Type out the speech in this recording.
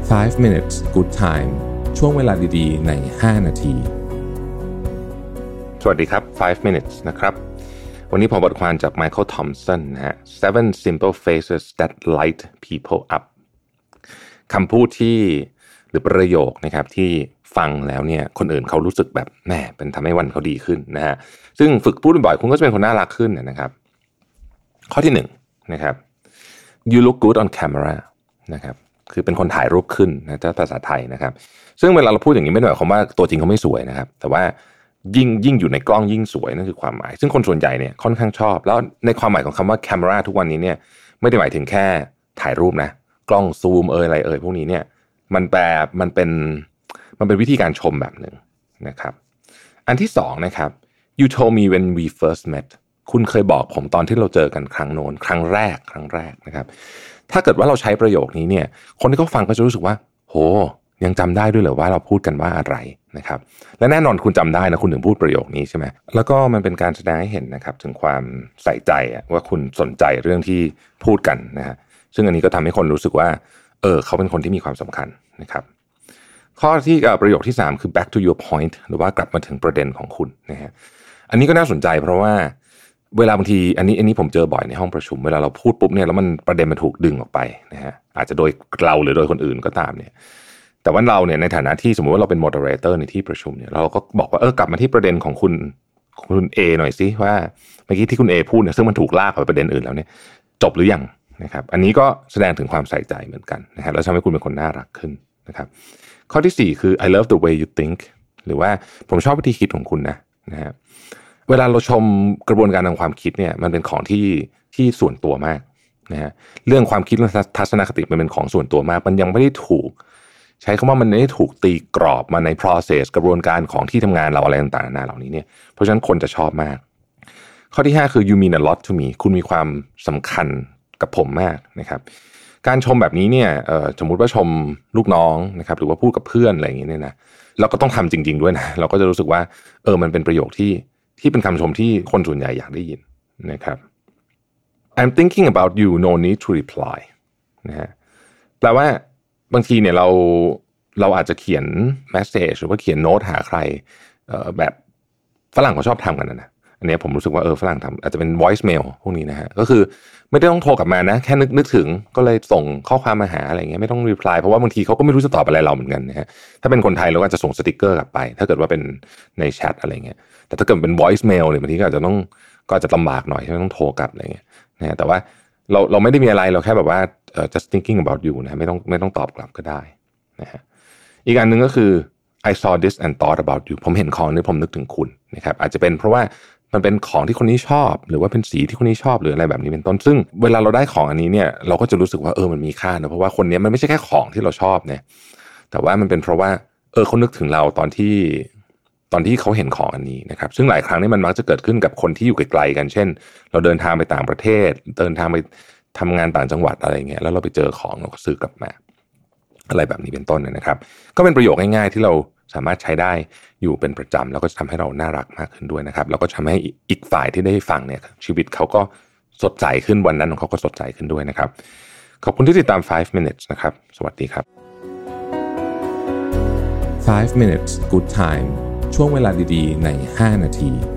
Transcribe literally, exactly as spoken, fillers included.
five minutes good time ช่วงเวลาดีๆในห้านาทีสวัสดีครับfive minutes นะครับวันนี้ผมบทความจาก Michael Thompson นะฮะ seven simple phrases that light people up คำพูดที่หรือประโยคนะครับที่ฟังแล้วเนี่ยคนอื่นเขารู้สึกแบบแหมเป็นทำให้วันเขาดีขึ้นนะฮะซึ่งฝึกพูดบ่อยๆคุณก็จะเป็นคนน่ารักขึ้นนะครับข้อที่หนึ่งนะครับ you look good on camera นะครับคือเป็นคนถ่ายรูปขึ้นนะถ้าภาษาไทยนะครับซึ่งเวลาเราพูดอย่างนี้ไม่ได้หมายความว่าตัวจริงเขาไม่สวยนะครับแต่ว่ายิ่งยิ่งอยู่ในกล้องยิ่งสวยนั่นคือความหมายซึ่งคนส่วนใหญ่เนี่ยค่อนข้างชอบแล้วในความหมายของคำว่า camera ทุกวันนี้เนี่ยไม่ได้หมายถึงแค่ถ่ายรูปนะกล้องซูมเอ่ยอะไรเอ่ยพวกนี้เนี่ยมันแปลมันเป็นมันเป็นวิธีการชมแบบหนึ่งนะครับอันที่สองนะครับ you told me when we first met คุณเคยบอกผมตอนที่เราเจอกันครั้งโน้นครั้งแรกครั้งแรกนะครับถ้าเกิดว่าเราใช้ประโยคนี้เนี่ยคนที่เขาฟังก็จะรู้สึกว่าโหยังจำได้ด้วยเหรอว่าเราพูดกันว่าอะไรนะครับและแน่นอนคุณจำได้นะคุณถึงพูดประโยคนี้ใช่ไหมแล้วก็มันเป็นการแสดงให้เห็นนะครับถึงความใส่ใจว่าคุณสนใจเรื่องที่พูดกันนะฮะซึ่งอันนี้ก็ทำให้คนรู้สึกว่าเออเขาเป็นคนที่มีความสำคัญนะครับข้อที่ประโยคที่สามคือ back to your point หรือว่ากลับมาถึงประเด็นของคุณนะฮะอันนี้ก็น่าสนใจเพราะว่าเวลาบางทีอันนี้อันนี้ผมเจอบ่อยในห้องประชุมเวลาเราพูดปุ๊บเนี่ยแล้วมันประเด็นมันถูกดึงออกไปนะฮะอาจจะโดยเราหรือโดยคนอื่นก็ตามเนี่ยแต่ว่าเราเนี่ยในฐานะที่สมมุติว่าเราเป็น moderator ในที่ประชุมเนี่ยเราก็บอกว่าเออกลับมาที่ประเด็นของคุณคุณ A หน่อยสิว่าเมื่อกี้ที่คุณ A พูดเนี่ยซึ่งมันถูกลากไปประเด็นอื่นแล้วเนี่ยจบหรือยังนะครับอันนี้ก็แสดงถึงความใส่ใจเหมือนกันนะฮะแล้วทำให้คุณเป็นคนน่ารักขึ้นนะครับข้อที่สี่คือ I love the way you think หรือว่าผมชอบวิธีคิดของคุณนะนะฮะเวลาเราชมกระบวนการทางความคิดเนี่ยมันเป็นของที่ที่ส่วนตัวมากนะฮะเรื่องความคิดและทัศนคติมันเป็นของส่วนตัวมากมันยังไม่ได้ถูกใช้คำว่ามันไม่ได้ถูกตีกรอบมาใน process กระบวนการของที่ทำงานเราอะไรต่างๆนานาเหล่านี้เนี่ยเพราะฉะนั้นคนจะชอบมากข้อที่ห้าคือ you mean a lot to me คุณมีความสำคัญกับผมมากนะครับการชมแบบนี้เนี่ยสมมุติว่าชมลูกน้องนะครับหรือว่าพูดกับเพื่อนอะไรอย่างนี้เนี่ยนะเราก็ต้องทำจริงๆด้วยนะเราก็จะรู้สึกว่าเออมันเป็นประโยคที่ที่เป็นคำชมที่คนส่วนใหญ่อยากได้ยินนะครับ I'm thinking about you no need to reply นะฮะแปลว่าบางทีเนี่ยเราเราอาจจะเขียน message หรือว่าเขียนโน้ตหาใครแบบฝรั่งเขาชอบทำกันนะอันนี้ผมรู้สึกว่าเออฝรั่งทำอาจจะเป็น voice mail พวกนี้นะฮะก็คือไม่ได้ต้องโทรกลับมานะแค่นึกนึกถึงก็เลยส่งข้อความมาหาอะไรเงี้ยไม่ต้อง reply เพราะว่าบางทีเขาก็ไม่รู้จะตอบอะไรเราเหมือนกันนะฮะถ้าเป็นคนไทยเราก็จะส่งสติกเกอร์กลับไปถ้าเกิดว่าเป็นในแชทอะไรเงี้ยแต่ถ้าเกิดเป็น voice mail เนี่ยบางทีก็อาจจะต้องก็อาจจะลำบากหน่อยใช่ไหมต้องโทรกลับอะไรเงี้ยนะแต่ว่าเราเราไม่ได้มีอะไรเราแค่แบบว่า uh, just thinking about you นะไม่ต้องไม่ต้องตอบกลับก็ได้นะฮะอีกอันนึงก็คือ I saw this and thought about you ผมเห็นของนี้ผมนึกถึงคุณนะครับอาจจะเป็นเพราะว่ามันเป็นของที่คนนี้ชอบหรือว่าเป็นสีที่คนนี้ชอบหรืออะไรแบบนี้เป็นต้นซึ่งเวลาเราได้ของอันนี้เนี่ยเราก็จะรู้สึกว่าเออมันมีค่านะเพราะว่าคนนี้มันไม่ใช่แค่ของที่เราชอบเนี่ยแต่ว่ามันเป็นเพราะว่าเออเขานึกถึงเราตอนที่ตอนที่เขาเห็นของอันนี้นะครับซึ่งหลายครั้งนี่มันมักจะเกิดขึ้นกับคนที่อยู่ไกลๆกันเช่นเราเดินทางไปต่างประเทศเดินทางไปทำงานต่างจังหวัดอะไรเงี้ยแล้วเราไปเจอของเราก็ซื้อกลับมาอะไรแบบนี้เป็นต้นนะครับก็เป็นประโยคง่ายๆที่เราสามารถใช้ได้อยู่เป็นประจำแล้วก็จะทำให้เราน่ารักมากขึ้นด้วยนะครับแล้วก็ทำให้อีกฝ่ายที่ได้ฟังเนี่ยชีวิตเขาก็สดใสขึ้นวันนั้นของเขาก็สดใสขึ้นด้วยนะครับขอบคุณที่ติดตามfive minutes นะครับสวัสดีครับfive minutes good time ช่วงเวลาดีๆในห้านาที